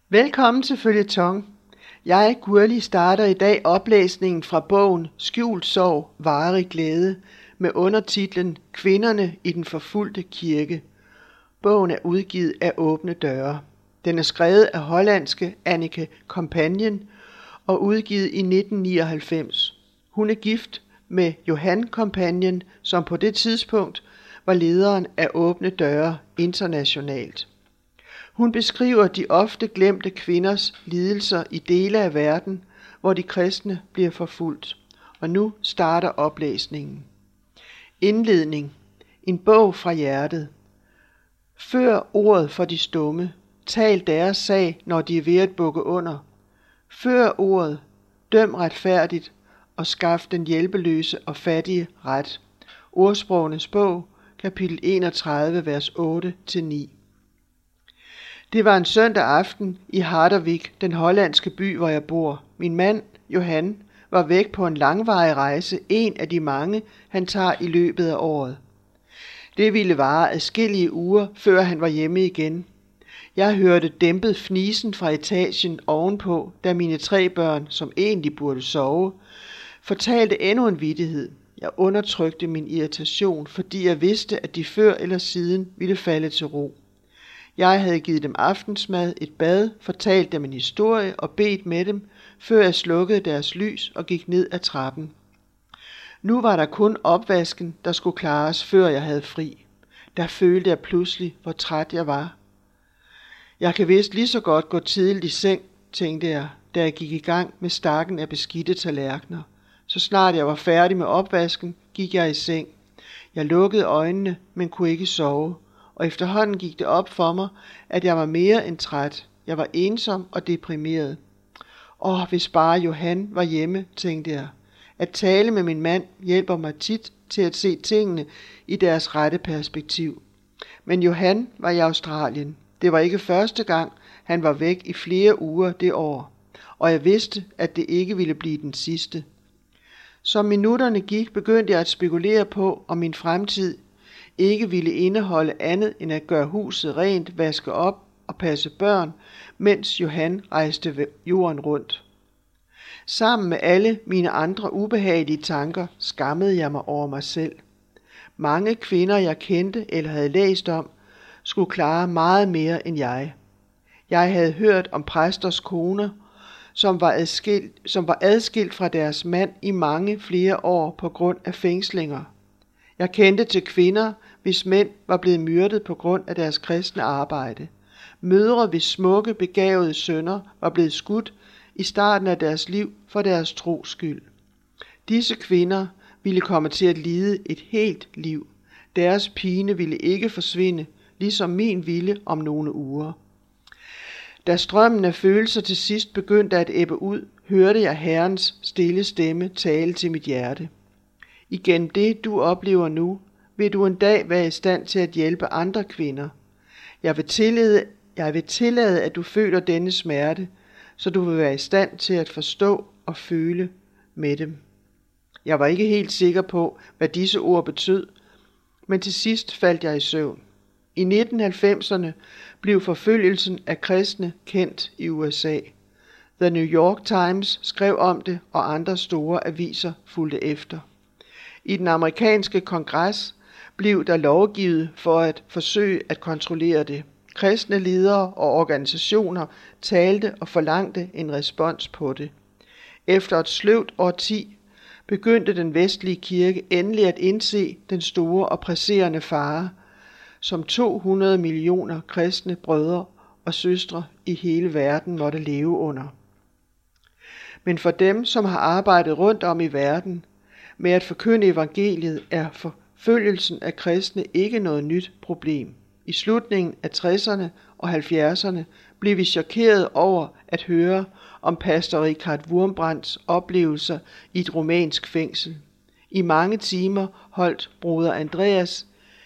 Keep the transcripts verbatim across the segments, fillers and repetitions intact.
Velkommen til Føljeton. Jeg, Gurli, starter i dag oplæsningen fra bogen Skjult sorg, varig glæde med undertitlen Kvinderne i den forfulgte kirke. Bogen er udgivet af Åbne Døre. Den er skrevet af hollandske Anneke Compagnon og udgivet i nitten nioghalvfems. Hun er gift med Johan Compagnon, som på det tidspunkt var lederen af Åbne Døre internationalt. Hun beskriver de ofte glemte kvinders lidelser i dele af verden, hvor de kristne bliver forfulgt. Og nu starter oplæsningen. Indledning. En bog fra hjertet. Før ordet for de stumme. Tal deres sag, når de er ved at bukke under. Før ordet. Døm retfærdigt og skaf den hjælpeløse og fattige ret. Ordsprogenes bog, kapitel enogtredive, vers otte til ni. Det var en søndag aften i Harderwijk, den hollandske by, hvor jeg bor. Min mand, Johan, var væk på en langvarig rejse, en af de mange, han tager i løbet af året. Det ville vare adskillige uger, før han var hjemme igen. Jeg hørte dæmpet fnisen fra etagen ovenpå, da mine tre børn, som egentlig burde sove, fortalte endnu en vittighed. Jeg undertrykte min irritation, fordi jeg vidste, at de før eller siden ville falde til ro. Jeg havde givet dem aftensmad, et bad, fortalt dem en historie og bedt med dem, før jeg slukkede deres lys og gik ned ad trappen. Nu var der kun opvasken, der skulle klares, før jeg havde fri. Der følte jeg pludselig, hvor træt jeg var. Jeg kan vist lige så godt gå tidligt i seng, tænkte jeg, da jeg gik i gang med stakken af beskidte tallerkener. Så snart jeg var færdig med opvasken, gik jeg i seng. Jeg lukkede øjnene, men kunne ikke sove. Og efterhånden gik det op for mig, at jeg var mere end træt. Jeg var ensom og deprimeret. Åh, hvis bare Johan var hjemme, tænkte jeg. At tale med min mand hjælper mig tit til at se tingene i deres rette perspektiv. Men Johan var i Australien. Det var ikke første gang, han var væk i flere uger det år. Og jeg vidste, at det ikke ville blive den sidste. Som minutterne gik, begyndte jeg at spekulere på, om min fremtid ikke ville indeholde andet end at gøre huset rent, vaske op og passe børn, mens Johan rejste jorden rundt. Sammen med alle mine andre ubehagelige tanker skammede jeg mig over mig selv. Mange kvinder, jeg kendte eller havde læst om, skulle klare meget mere end jeg. Jeg havde hørt om præsters koner, som var adskilt, som var adskilt fra deres mand i mange flere år på grund af fængslinger. Jeg kendte til kvinder, hvis mænd var blevet myrdet på grund af deres kristne arbejde. Mødre, hvis smukke, begavede sønner var blevet skudt i starten af deres liv for deres tros skyld. Disse kvinder ville komme til at lide et helt liv. Deres pine ville ikke forsvinde, ligesom min ville om nogle uger. Da strømmen af følelser til sidst begyndte at ebbe ud, hørte jeg Herrens stille stemme tale til mit hjerte. Igennem det, du oplever nu, vil du en dag være i stand til at hjælpe andre kvinder. Jeg vil tillade, jeg vil tillade, at du føler denne smerte, så du vil være i stand til at forstå og føle med dem. Jeg var ikke helt sikker på, hvad disse ord betød, men til sidst faldt jeg i søvn. I nitten halvfemserne blev forfølgelsen af kristne kendt i U S A. The New York Times skrev om det, og andre store aviser fulgte efter. I den amerikanske kongres blev der lovgivet for at forsøge at kontrollere det. Kristne ledere og organisationer talte og forlangte en respons på det. Efter et sløvt årti begyndte den vestlige kirke endelig at indse den store og presserende fare, som to hundrede millioner kristne brødre og søstre i hele verden måtte leve under. Men for dem, som har arbejdet rundt om i verden med at forkynde evangeliet, er forfølgelsen af kristne ikke noget nyt problem. I slutningen af tresserne og halvfjerdserne blev vi chokeret over at høre om pastor Richard Wurmbrands oplevelser i et rumænsk fængsel. I mange timer holdt broder Andreas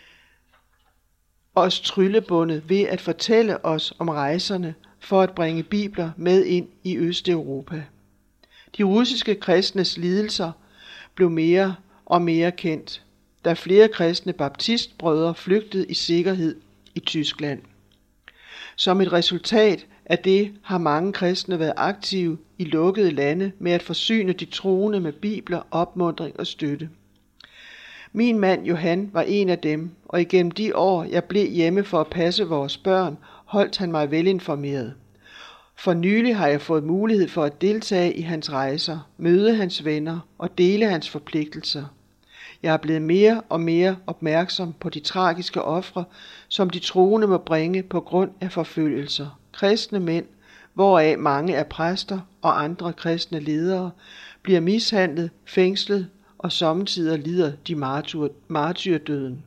os tryllebundet ved at fortælle os om rejserne for at bringe bibler med ind i Østeuropa. De russiske kristnes lidelser blev mere og mere kendt, da flere kristne baptistbrødre flygtede i sikkerhed i Tyskland. Som et resultat af det har mange kristne været aktive i lukkede lande med at forsyne de troende med bibler, opmuntring og støtte. Min mand Johan var en af dem, og igennem de år, jeg blev hjemme for at passe vores børn, holdt han mig velinformeret. For nylig har jeg fået mulighed for at deltage i hans rejser, møde hans venner og dele hans forpligtelser. Jeg er blevet mere og mere opmærksom på de tragiske ofre, som de troende må bringe på grund af forfølgelser. Kristne mænd, hvoraf mange er præster og andre kristne ledere, bliver mishandlet, fængslet og sommetider lider de martyr, martyrdøden.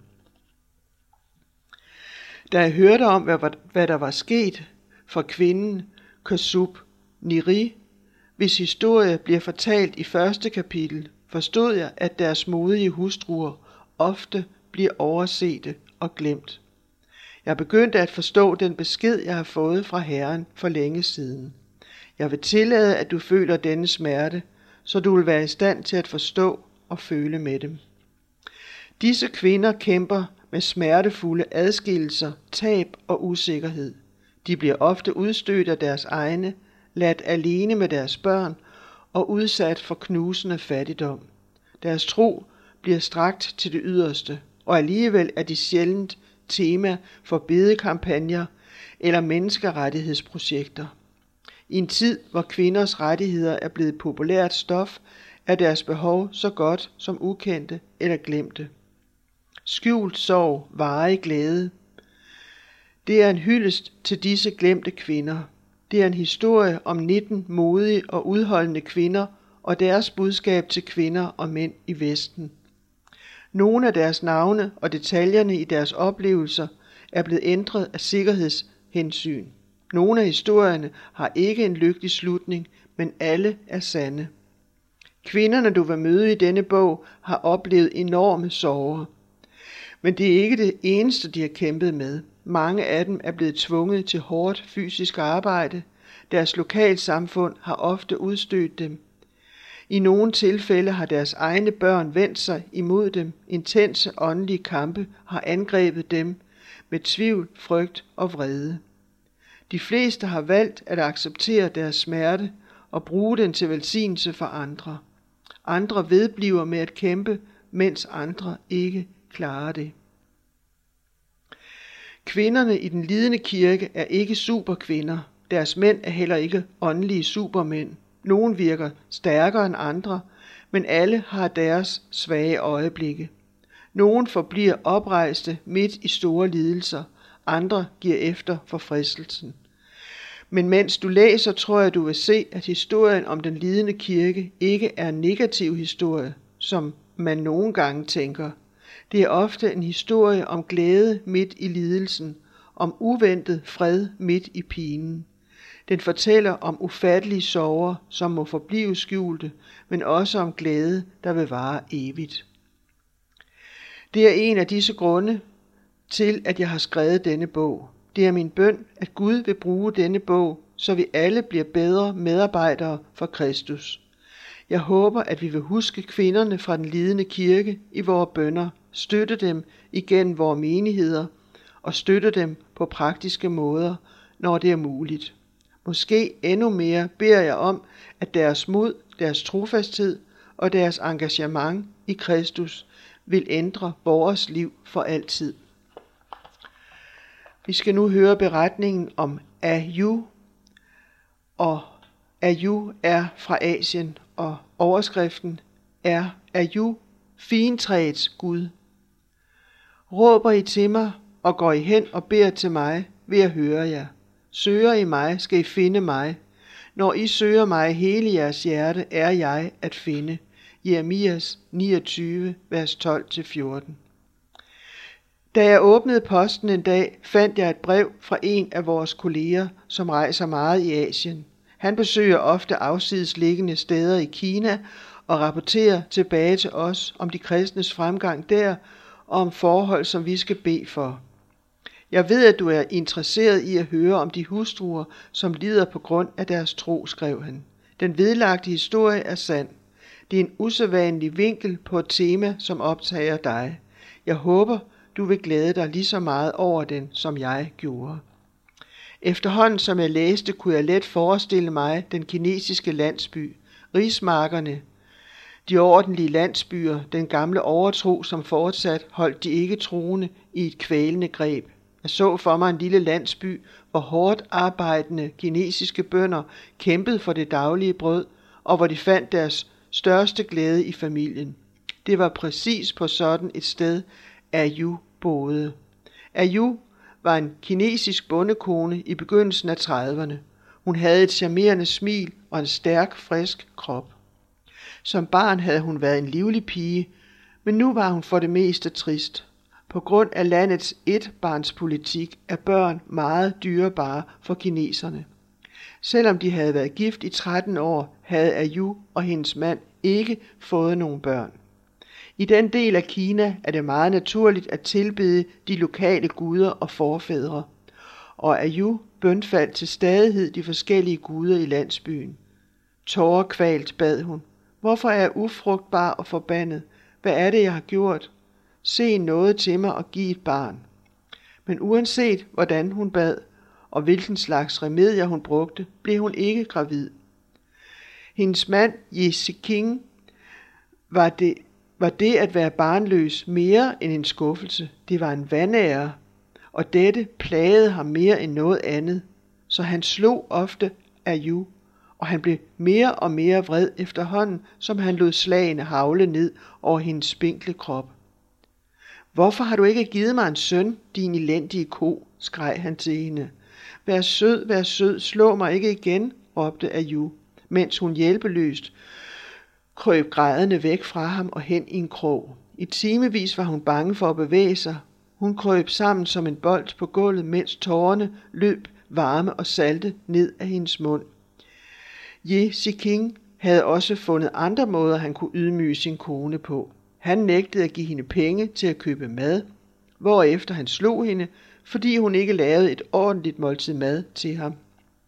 Da jeg hørte om, hvad, hvad der var sket for kvinden Kosub Niri, hvis historie bliver fortalt i første kapitel, forstod jeg, at deres modige hustruer ofte bliver oversete og glemt. Jeg begyndte at forstå den besked, jeg har fået fra Herren for længe siden. Jeg vil tillade, at du føler denne smerte, så du vil være i stand til at forstå og føle med dem. Disse kvinder kæmper med smertefulde adskillelser, tab og usikkerhed. De bliver ofte udstødt af deres egne, ladt alene med deres børn og udsat for knusende fattigdom. Deres tro bliver strakt til det yderste, og alligevel er de sjældent tema for bedekampagner eller menneskerettighedsprojekter. I en tid, hvor kvinders rettigheder er blevet populært stof, er deres behov så godt som ukendte eller glemte. Skjult sorg, varig glæde. Det er en hyldest til disse glemte kvinder. Det er en historie om nitten modige og udholdende kvinder og deres budskab til kvinder og mænd i Vesten. Nogle af deres navne og detaljerne i deres oplevelser er blevet ændret af sikkerhedshensyn. Nogle af historierne har ikke en lykkelig slutning, men alle er sande. Kvinderne, du vil møde i denne bog, har oplevet enorme sorger. Men det er ikke det eneste, de har kæmpet med. Mange af dem er blevet tvunget til hårdt fysisk arbejde. Deres lokalsamfund har ofte udstødt dem. I nogle tilfælde har deres egne børn vendt sig imod dem. Intense åndelige kampe har angrebet dem med tvivl, frygt og vrede. De fleste har valgt at acceptere deres smerte og bruge den til velsignelse for andre. Andre vedbliver med at kæmpe, mens andre ikke klarer det. Kvinderne i den lidende kirke er ikke superkvinder. Deres mænd er heller ikke åndelige supermænd. Nogle virker stærkere end andre, men alle har deres svage øjeblikke. Nogle forbliver oprejste midt i store lidelser, andre giver efter for fristelsen. Men mens du læser, tror jeg, du vil se, at historien om den lidende kirke ikke er en negativ historie, som man nogle gange tænker. Det er ofte en historie om glæde midt i lidelsen, om uventet fred midt i pinen. Den fortæller om ufattelige sorger, som må forblive skjulte, men også om glæde, der vil vare evigt. Det er en af disse grunde til, at jeg har skrevet denne bog. Det er min bøn, at Gud vil bruge denne bog, så vi alle bliver bedre medarbejdere for Kristus. Jeg håber, at vi vil huske kvinderne fra den lidende kirke i vores bønner, støtte dem igennem vores menigheder og støtte dem på praktiske måder, når det er muligt. Måske endnu mere beder jeg om, at deres mod, deres trofasthed og deres engagement i Kristus vil ændre vores liv for altid. Vi skal nu høre beretningen om Ayu, og Ayu er fra Asien, og overskriften er Ayu, fintræets Gud. Råber I til mig, og går I hen og beder til mig, vil jeg høre jer. Søger I mig, skal I finde mig. Når I søger mig hele jeres hjerte, er jeg at finde. Jeremias niogtyve, vers tolv til fjorten. Da jeg åbnede posten en dag, fandt jeg et brev fra en af vores kolleger, som rejser meget i Asien. Han besøger ofte afsides liggende steder i Kina og rapporterer tilbage til os om de kristnes fremgang der og om forhold, som vi skal bede for. Jeg ved, at du er interesseret i at høre om de hustruer, som lider på grund af deres tro, skrev han. Den vedlagte historie er sand. Det er en usædvanlig vinkel på et tema, som optager dig. Jeg håber, du vil glæde dig lige så meget over den, som jeg gjorde. Efterhånden som jeg læste, kunne jeg let forestille mig den kinesiske landsby, rismarkerne, de ordentlige landsbyer, den gamle overtro, som fortsat holdt de ikke troende i et kvælende greb. Jeg så for mig en lille landsby, hvor hårdt arbejdende kinesiske bønder kæmpede for det daglige brød, og hvor de fandt deres største glæde i familien. Det var præcis på sådan et sted, Ayu boede. Ayu var en kinesisk bondekone i begyndelsen af trediverne. Hun havde et charmerende smil og en stærk, frisk krop. Som barn havde hun været en livlig pige, men nu var hun for det meste trist. På grund af landets etbarnspolitik er børn meget dyrebare for kineserne. Selvom de havde været gift i tretten år, havde Ayu og hendes mand ikke fået nogen børn. I den del af Kina er det meget naturligt at tilbede de lokale guder og forfædre, og Ayu bønfaldt til stadighed de forskellige guder i landsbyen. Tårekvalt bad hun: "Hvorfor er jeg ufrugtbar og forbandet? Hvad er det, jeg har gjort? Se noget til mig og giv et barn." Men uanset hvordan hun bad, og hvilken slags remedier hun brugte, blev hun ikke gravid. Hendes mand, Ye Ziqing, var det, var det at være barnløs mere end en skuffelse. Det var en vanære, og dette plagede ham mere end noget andet, så han slog ofte Ayu, og han blev mere og mere vred efterhånden, som han lod slagene hagle ned over hendes spinkle krop. "Hvorfor har du ikke givet mig en søn, din elendige ko?" skreg han til hende. "Vær sød, vær sød, slå mig ikke igen," råbte Ayu, mens hun hjælpeløst krøb grædende væk fra ham og hen i en krog. I timevis var hun bange for at bevæge sig. Hun krøb sammen som en bold på gulvet, mens tårerne løb varme og salte ned af hendes mund. Ye Ziqing havde også fundet andre måder, han kunne ydmyge sin kone på. Han nægtede at give hende penge til at købe mad, hvorefter han slog hende, fordi hun ikke lavede et ordentligt måltid mad til ham.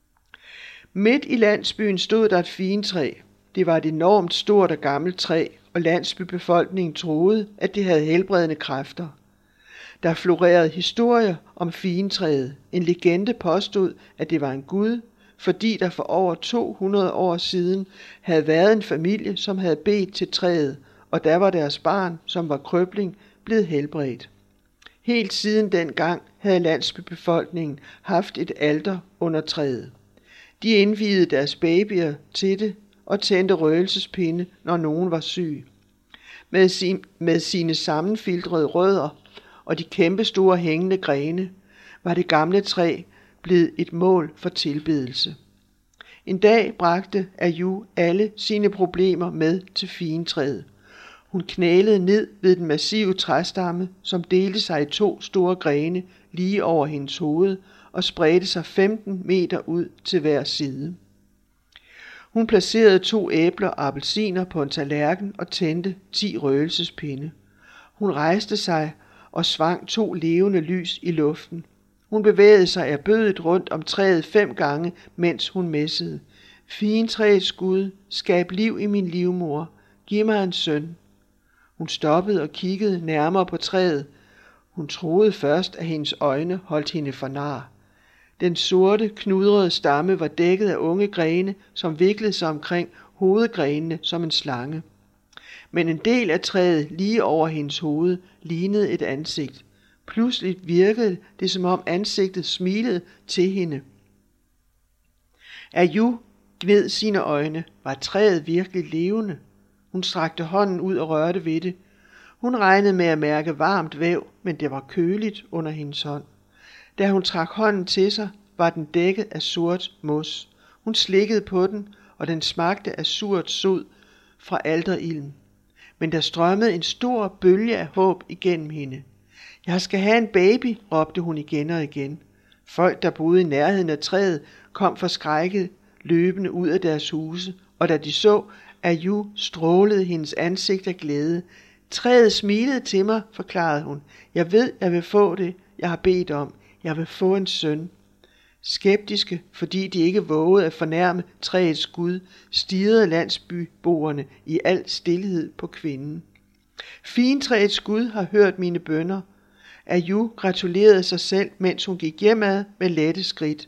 Midt i landsbyen stod der et figentræ. Det var et enormt stort og gammelt træ, og landsbybefolkningen troede, at det havde helbredende kræfter. Der florerede historier om figentræet. En legende påstod, at det var en gud, fordi der for over to hundrede år siden havde været en familie, som havde bedt til træet, og der var deres barn, som var krøbling, blevet helbredt. Helt siden dengang havde landsbybefolkningen haft et alter under træet. De indviede deres babyer til det og tændte røgelsespinde, når nogen var syg. Med, sin, med sine sammenfiltrede rødder og de kæmpestore hængende grene var det gamle træ blevet et mål for tilbedelse. En dag bragte Ayu alle sine problemer med til figentræet. Hun knælede ned ved den massive træstamme, som delte sig i to store grene lige over hendes hoved og spredte sig femten meter ud til hver side. Hun placerede to æbler og appelsiner på en tallerken og tændte ti røgelsespinde. Hun rejste sig og svang to levende lys i luften. Hun bevægede sig erbødigt rundt om træet fem gange, mens hun messede. "Figentræets Gud, skab liv i min livmor. Giv mig en søn." Hun stoppede og kiggede nærmere på træet. Hun troede først, at hendes øjne holdt hende for nar. Den sorte, knudrede stamme var dækket af unge grene, som viklede sig omkring hovedgrenene som en slange. Men en del af træet lige over hendes hoved lignede et ansigt. Pludselig virkede det, som om ansigtet smilede til hende. Ayu gned sine øjne. Var træet virkelig levende? Hun strakte hånden ud og rørte ved det. Hun regnede med at mærke varmt væv, men det var køligt under hendes hånd. Da hun trak hånden til sig, var den dækket af sort mos. Hun slikkede på den, og den smagte af surt sod fra alterilden. Men der strømmede en stor bølge af håb igennem hende. "Jeg skal have en baby," råbte hun igen og igen. Folk, der boede i nærheden af træet, kom forskrækket løbende ud af deres huse, og da de så Ayu, strålede hendes ansigt af glæde. "Træet smilede til mig," forklarede hun. "Jeg ved, jeg vil få det, jeg har bedt om. Jeg vil få en søn." Skeptiske, fordi de ikke vågede at fornærme træets gud, stirrede landsbyboerne i al stilhed på kvinden. "Figentræets Gud har hørt mine bønner." Ayu gratulerede sig selv, mens hun gik hjemad med lette skridt.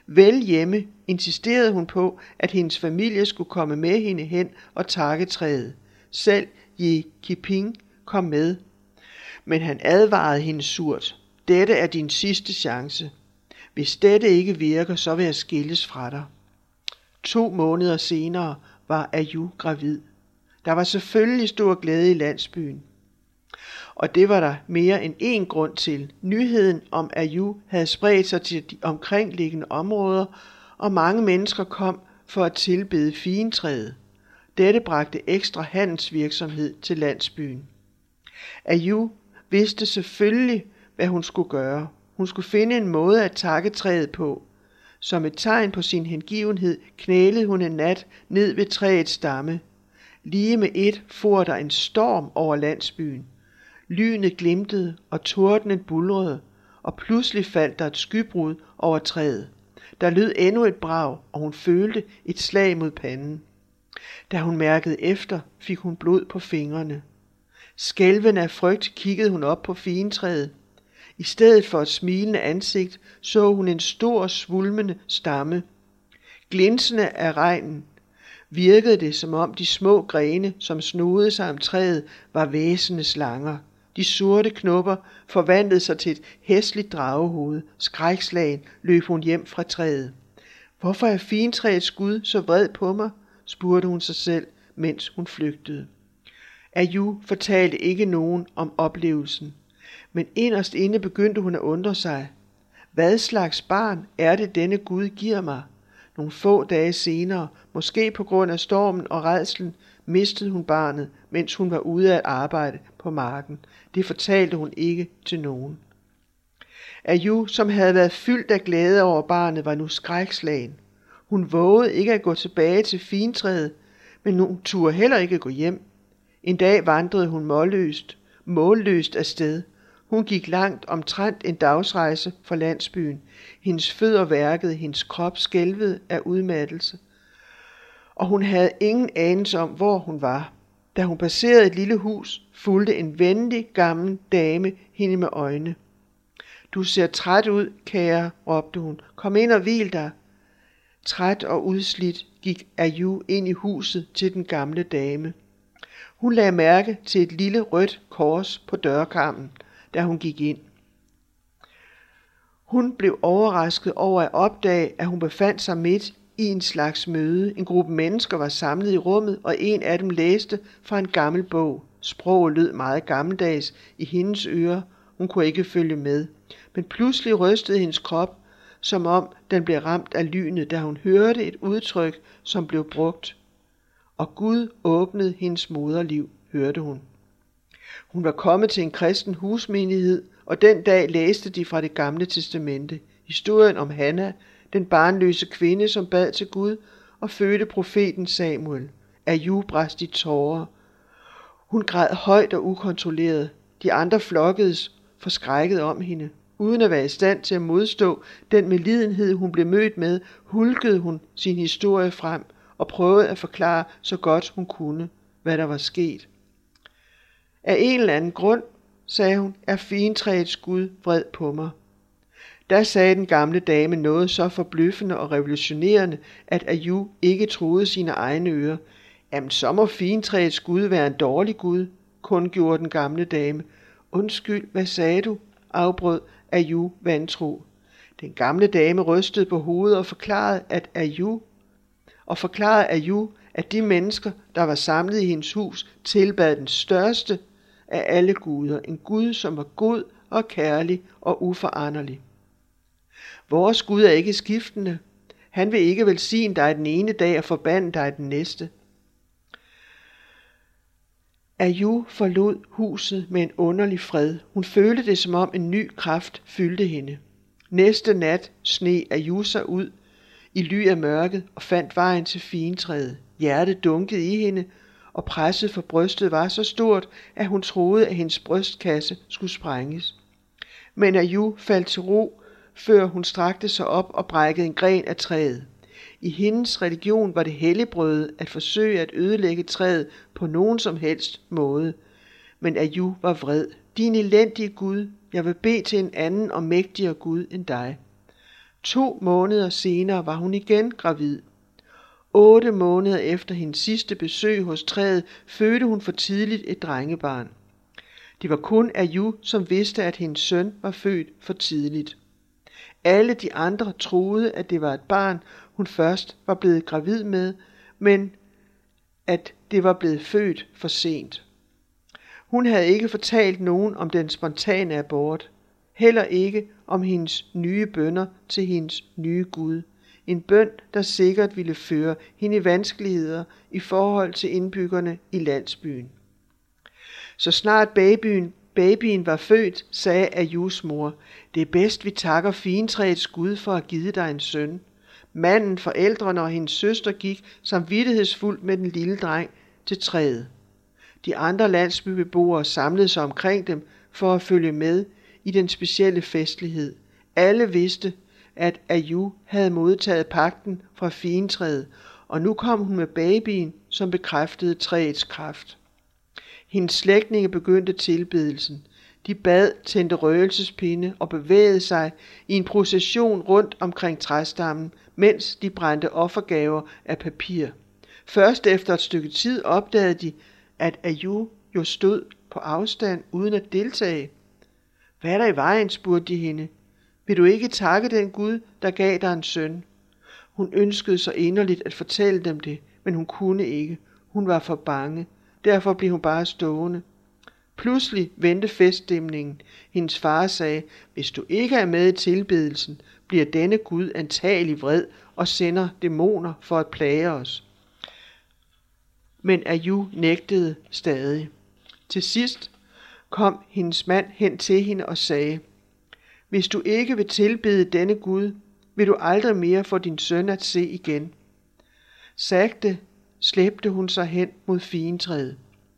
Vel hjemme insisterede hun på, at hendes familie skulle komme med hende hen og takke træet. Selv Ye Qiping kom med. Men han advarede hende surt. Dette er din sidste chance. Hvis dette ikke virker, så vil jeg skilles fra dig. To måneder senere var Ayu gravid. Der var selvfølgelig stor glæde i landsbyen. Og det var der mere end én grund til. Nyheden om Ayu havde spredt sig til de omkringliggende områder, og mange mennesker kom for at tilbede figentræet. Dette bragte ekstra handelsvirksomhed til landsbyen. Ayu vidste selvfølgelig, hvad hun skulle gøre. Hun skulle finde en måde at takke træet på. Som et tegn på sin hengivenhed knælede hun en nat ned ved træets stamme. Lige med et for der en storm over landsbyen. Lynet glimtede, og tordenen buldrede, og pludselig faldt der et skybrud over træet. Der lød endnu et brag, og hun følte et slag mod panden. Da hun mærkede efter, fik hun blod på fingrene. Skælvende af frygt kiggede hun op på figentræet. I stedet for et smilende ansigt så hun en stor svulmende stamme. Glinsende af regnen virkede det, som om de små grene, som snodede sig om træet, var væsende slanger. De sorte knopper forvandlede sig til et hæsligt dragehoved. Skrækslagen løb hun hjem fra træet. Hvorfor er figentræets Gud så vred på mig? Spurgte hun sig selv, mens hun flygtede. Ayu fortalte ikke nogen om oplevelsen, men inderst inde begyndte hun at undre sig. Hvad slags barn er det, denne Gud giver mig? Nogle få dage senere, måske på grund af stormen og rædslen, mistede hun barnet, mens hun var ude at arbejde på marken. Det fortalte hun ikke til nogen. Ayu, som havde været fyldt af glæde over barnet, var nu skrækslagen. Hun vågede ikke at gå tilbage til figentræet, men hun turde heller ikke gå hjem. En dag vandrede hun målløst, målløst afsted. Hun gik langt, omtrent en dagsrejse fra landsbyen. Hendes fødder værkede, hendes krop skælvede af udmattelse. Og hun havde ingen anelse om, hvor hun var. Da hun passerede et lille hus, fulgte en venlig gammel dame hende med øjne. Du ser træt ud, kære, råbte hun. Kom ind og hvil dig. Træt og udslidt gik Ayu ind i huset til den gamle dame. Hun lagde mærke til et lille rødt kors på dørkarmen, da hun gik ind. Hun blev overrasket over at opdage, at hun befandt sig midt i en slags møde. En gruppe mennesker var samlet i rummet, og en af dem læste fra en gammel bog. Sproget lød meget gammeldags i hendes ører. Hun kunne ikke følge med. Men pludselig rystede hendes krop, som om den blev ramt af lynet, da hun hørte et udtryk, som blev brugt. Og Gud åbnede hendes moderliv, hørte hun. Hun var kommet til en kristen husmenighed, og den dag læste de fra det gamle testamente. Historien om Hanna, den barnløse kvinde, som bad til Gud og fødte profeten Samuel. Ayu brast i tårer. Hun græd højt og ukontrolleret. De andre flokkedes forskrækket om hende. Uden at være i stand til at modstå den medlidenhed, hun blev mødt med, hulkede hun sin historie frem og prøvede at forklare så godt hun kunne, hvad der var sket. Af en eller anden grund, sagde hun, er figentræets Gud vred på mig. Der sagde den gamle dame noget så forbløffende og revolutionerende, at Ayu ikke troede sine egne ører. Jamen, så må figentræets Gud være en dårlig Gud, kundgjorde den gamle dame. Undskyld, hvad sagde du? Afbrød Ayu vantro. Den gamle dame rystede på hovedet og forklarede, at Ayu og forklarede Ayu, at de mennesker, der var samlet i hendes hus, tilbad den største af alle guder, en Gud, som var god og kærlig og uforanderlig. Vores Gud er ikke skiftende. Han vil ikke velsigne dig den ene dag og forbande dig den næste. Ayu forlod huset med en underlig fred. Hun følte det, som om en ny kraft fyldte hende. Næste nat sneg Ayu sig ud i ly af mørket og fandt vejen til figentræet. Hjertet dunkede i hende, og presset for brystet var så stort, at hun troede, at hendes brystkasse skulle sprænges. Men Ayu faldt til ro, før hun strakte sig op og brækkede en gren af træet. I hendes religion var det helligbrøde at forsøge at ødelægge træet på nogen som helst måde. Men Ayu var vred. Din elendige Gud, jeg vil bede til en anden og mægtigere Gud end dig. To måneder senere var hun igen gravid. Otte måneder efter hendes sidste besøg hos træet fødte hun for tidligt et drengebarn. Det var kun Aju, som vidste, at hendes søn var født for tidligt. Alle de andre troede, at det var et barn, hun først var blevet gravid med, men at det var blevet født for sent. Hun havde ikke fortalt nogen om den spontane abort, heller ikke om hendes nye bønner til hendes nye Gud. En bøn, der sikkert ville føre hende i vanskeligheder i forhold til indbyggerne i landsbyen. Så snart babyen, babyen var født, sagde Ajus mor, det er bedst vi takker fintræets Gud for at give dig en søn. Manden, forældrene og hendes søster gik samvittighedsfuldt med den lille dreng til træet. De andre landsbybeboere samlede sig omkring dem for at følge med i den specielle festlighed. Alle vidste, at Aju havde modtaget pagten fra fintræet, og nu kom hun med babyen, som bekræftede træets kraft. Hendes slægtninge begyndte tilbedelsen. De bad, tændte røgelsespinde og bevægede sig i en procession rundt omkring træstammen, mens de brændte offergaver af papir. Først efter et stykke tid opdagede de, at Aju jo stod på afstand uden at deltage. Hvad er der i vejen, spurgte de hende. Vil du ikke takke den Gud, der gav dig en søn? Hun ønskede så inderligt at fortælle dem det, men hun kunne ikke. Hun var for bange. Derfor blev hun bare stående. Pludselig vendte feststemningen. Hendes far sagde, hvis du ikke er med i tilbedelsen, bliver denne Gud antagelig vred og sender dæmoner for at plage os. Men Aju nægtede stadig. Til sidst kom hendes mand hen til hende og sagde, hvis du ikke vil tilbede denne Gud, vil du aldrig mere få din søn at se igen. Sagte slæbte hun sig hen mod figentræet.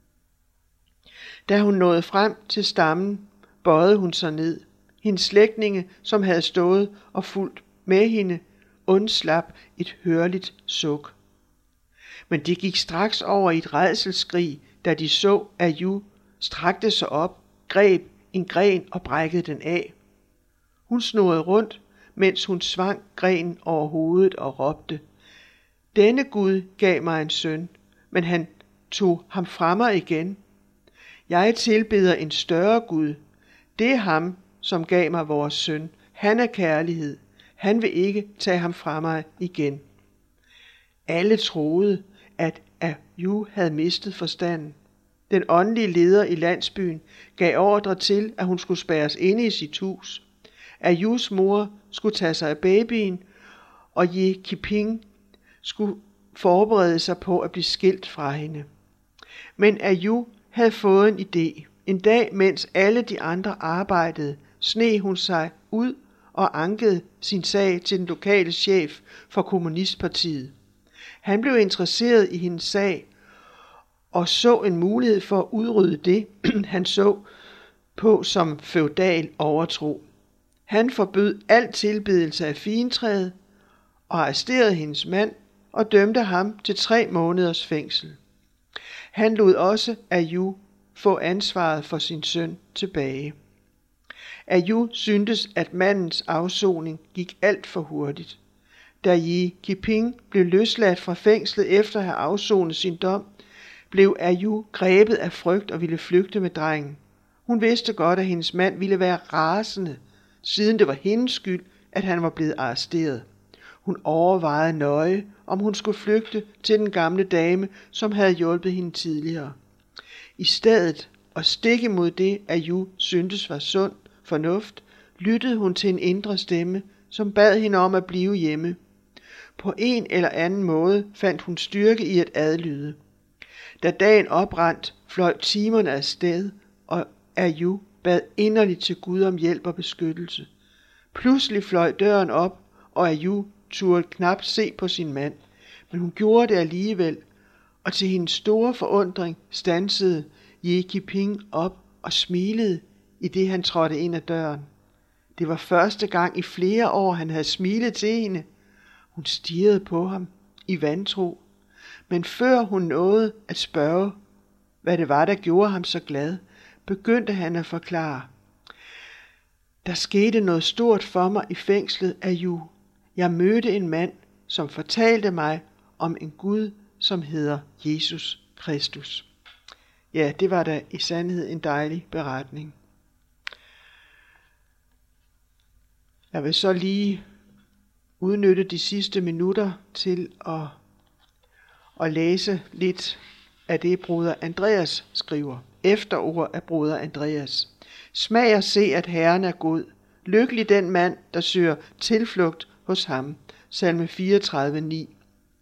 Da hun nåede frem til stammen, bøjede hun sig ned. Hendes slægtninge, som havde stået og fulgt med hende, undslap et hørligt suk. Men de gik straks over i et rædselsskrig, da de så, at Aju strakte sig op, greb en gren og brækkede den af. Hun snurrede rundt, mens hun svang grenen over hovedet og råbte, denne Gud gav mig en søn, men han tog ham fra mig igen. Jeg tilbeder en større Gud. Det er ham, som gav mig vores søn. Han er kærlighed. Han vil ikke tage ham fra mig igen. Alle troede, at Aju havde mistet forstanden. Den åndelige leder i landsbyen gav ordre til, at hun skulle spærres inde i sit hus. Ajus mor skulle tage sig af babyen, og Ye Kiping skulle forberede sig på at blive skilt fra hende. Men Aju havde fået en idé. En dag, mens alle de andre arbejdede, sneg hun sig ud og ankede sin sag til den lokale chef for kommunistpartiet. Han blev interesseret i hendes sag og så en mulighed for at udrydde det, han så på som feudal overtro. Han forbød al tilbedelse af figentræet og arresterede hendes mand og dømte ham til tre måneders fængsel. Han lod også Aju få ansvaret for sin søn tilbage. Aju syntes, at mandens afsoning gik alt for hurtigt. Da Ye Kiping blev løsladt fra fængslet efter at have afsonet sin dom, blev Aju grebet af frygt og ville flygte med drengen. Hun vidste godt, at hendes mand ville være rasende, siden det var hendes skyld, at han var blevet arresteret. Hun overvejede nøje, om hun skulle flygte til den gamle dame, som havde hjulpet hende tidligere. I stedet, og stik imod det, Aju syntes var sund fornuft, lyttede hun til en indre stemme, som bad hende om at blive hjemme. På en eller anden måde fandt hun styrke i at adlyde. Da dagen oprandt, fløj timerne afsted, og Aju bad inderligt til Gud om hjælp og beskyttelse. Pludselig fløj døren op, og Aju turde knap se på sin mand, men hun gjorde det alligevel, og til hendes store forundring standsede Ye Kiping op og smilede, i det han trådte ind ad døren. Det var første gang i flere år, han havde smilet til hende. Hun stirrede på ham i vantro, men før hun nåede at spørge, hvad det var, der gjorde ham så glad, begyndte han at forklare. Der skete noget stort for mig i fængslet af Ju. Jeg mødte en mand, som fortalte mig om en Gud, som hedder Jesus Kristus. Ja, det var da i sandhed en dejlig beretning. Jeg vil så lige udnytte de sidste minutter til at, at læse lidt af det, broder Andreas skriver. Efterord af broder Andreas. Smag og se, at Herren er god. Lykkelig den mand, der søger tilflugt hos ham. Salme fireogtredive ni.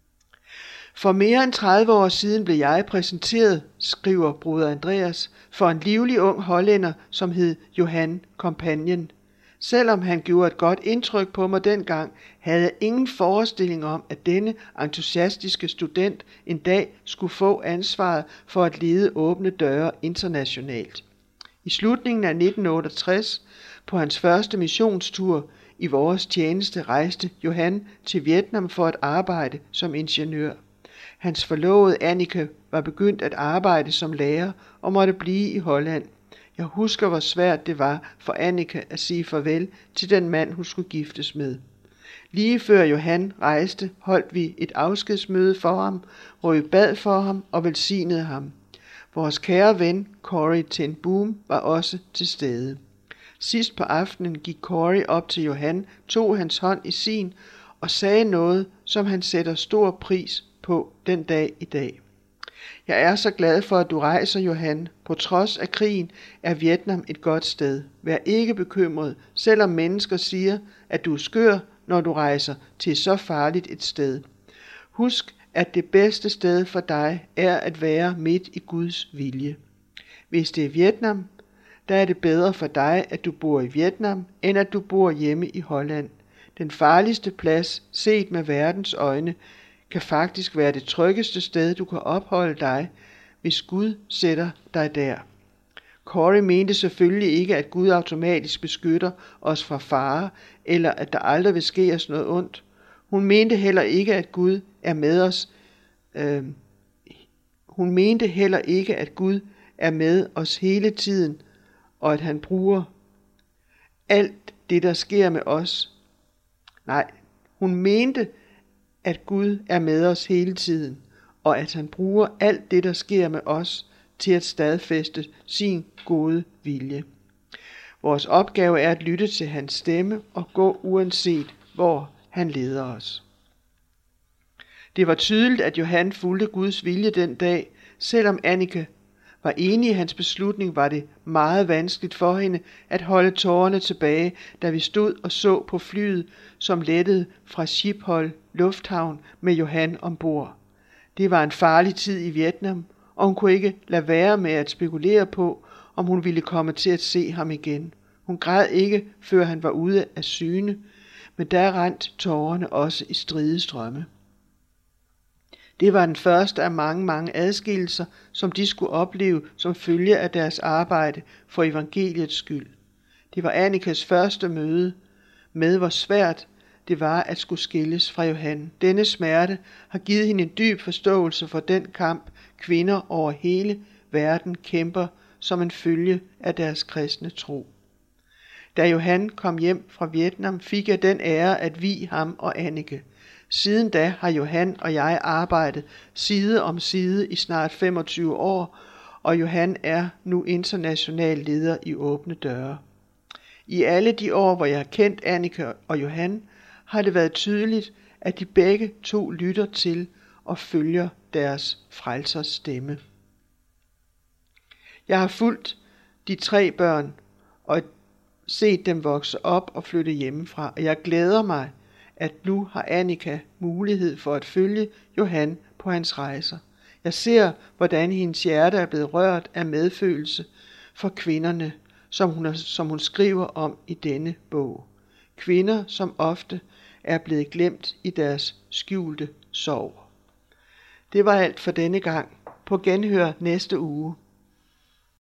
For mere end tredive år siden blev jeg præsenteret, skriver broder Andreas, for en livlig ung hollænder, som hed Johan Compagnon. Selvom han gjorde et godt indtryk på mig dengang, havde jeg ingen forestilling om, at denne entusiastiske student en dag skulle få ansvaret for at lede åbne døre internationalt. I slutningen af nitten otteogtres, på hans første missionstur i vores tjeneste, rejste Johan til Vietnam for at arbejde som ingeniør. Hans forlovede Annike var begyndt at arbejde som lærer og måtte blive i Holland. Jeg husker, hvor svært det var for Annike at sige farvel til den mand, hun skulle giftes med. Lige før Johan rejste, holdt vi et afskedsmøde for ham, hvor vi bad for ham og velsignede ham. Vores kære ven, Corrie ten Boom, var også til stede. Sidst på aftenen gik Corrie op til Johan, tog hans hånd i sin og sagde noget, som han sætter stor pris på den dag i dag. Jeg er så glad for, at du rejser, Johan. På trods af krigen er Vietnam et godt sted. Vær ikke bekymret, selvom mennesker siger, at du er skør, når du rejser til så farligt et sted. Husk, at det bedste sted for dig er at være midt i Guds vilje. Hvis det er Vietnam, der er det bedre for dig, at du bor i Vietnam, end at du bor hjemme i Holland. Den farligste plads, set med verdens øjne, kan faktisk være det tryggeste sted, du kan opholde dig, hvis Gud sætter dig der. Corrie mente selvfølgelig ikke, at Gud automatisk beskytter os fra fare, eller at der aldrig vil ske os noget ondt. Hun mente heller ikke, at Gud er med os. Øh, hun mente heller ikke, at Gud er med os hele tiden, og at han bruger alt det, der sker med os. Nej, hun mente, at Gud er med os hele tiden, og at han bruger alt det, der sker med os, til at stadfæste sin gode vilje. Vores opgave er at lytte til hans stemme og gå uanset, hvor han leder os. Det var tydeligt, at Johan fulgte Guds vilje den dag. Selvom Annike var enig i hans beslutning, var det meget vanskeligt for hende at holde tårerne tilbage, da vi stod og så på flyet, som lettede fra Schiphol Lufthavn med Johan ombord. Det var en farlig tid i Vietnam, og hun kunne ikke lade være med at spekulere på, om hun ville komme til at se ham igen. Hun græd ikke, før han var ude af syne, men der rendte tårerne også i stridestrømme. Det var den første af mange, mange adskillelser, som de skulle opleve som følge af deres arbejde for evangeliets skyld. Det var Annikes første møde med, hvor svært det var at skulle skilles fra Johan. Denne smerte har givet hende en dyb forståelse for den kamp, kvinder over hele verden kæmper som en følge af deres kristne tro. Da Johan kom hjem fra Vietnam, fik jeg den ære at vie ham og Annike. Siden da har Johan og jeg arbejdet side om side i snart femogtyve år, og Johan er nu international leder i Åbne Døre. I alle de år, hvor jeg har kendt Annike og Johan, har det været tydeligt, at de begge to lytter til og følger deres frelsers stemme. Jeg har fulgt de tre børn og set dem vokse op og flytte hjemmefra, og jeg glæder mig, at nu har Annika mulighed for at følge Johan på hans rejser. Jeg ser, hvordan hendes hjerte er blevet rørt af medfølelse for kvinderne, som hun, som hun skriver om i denne bog. Kvinder, som ofte er blevet glemt i deres skjulte sorg. Det var alt for denne gang. På genhør næste uge.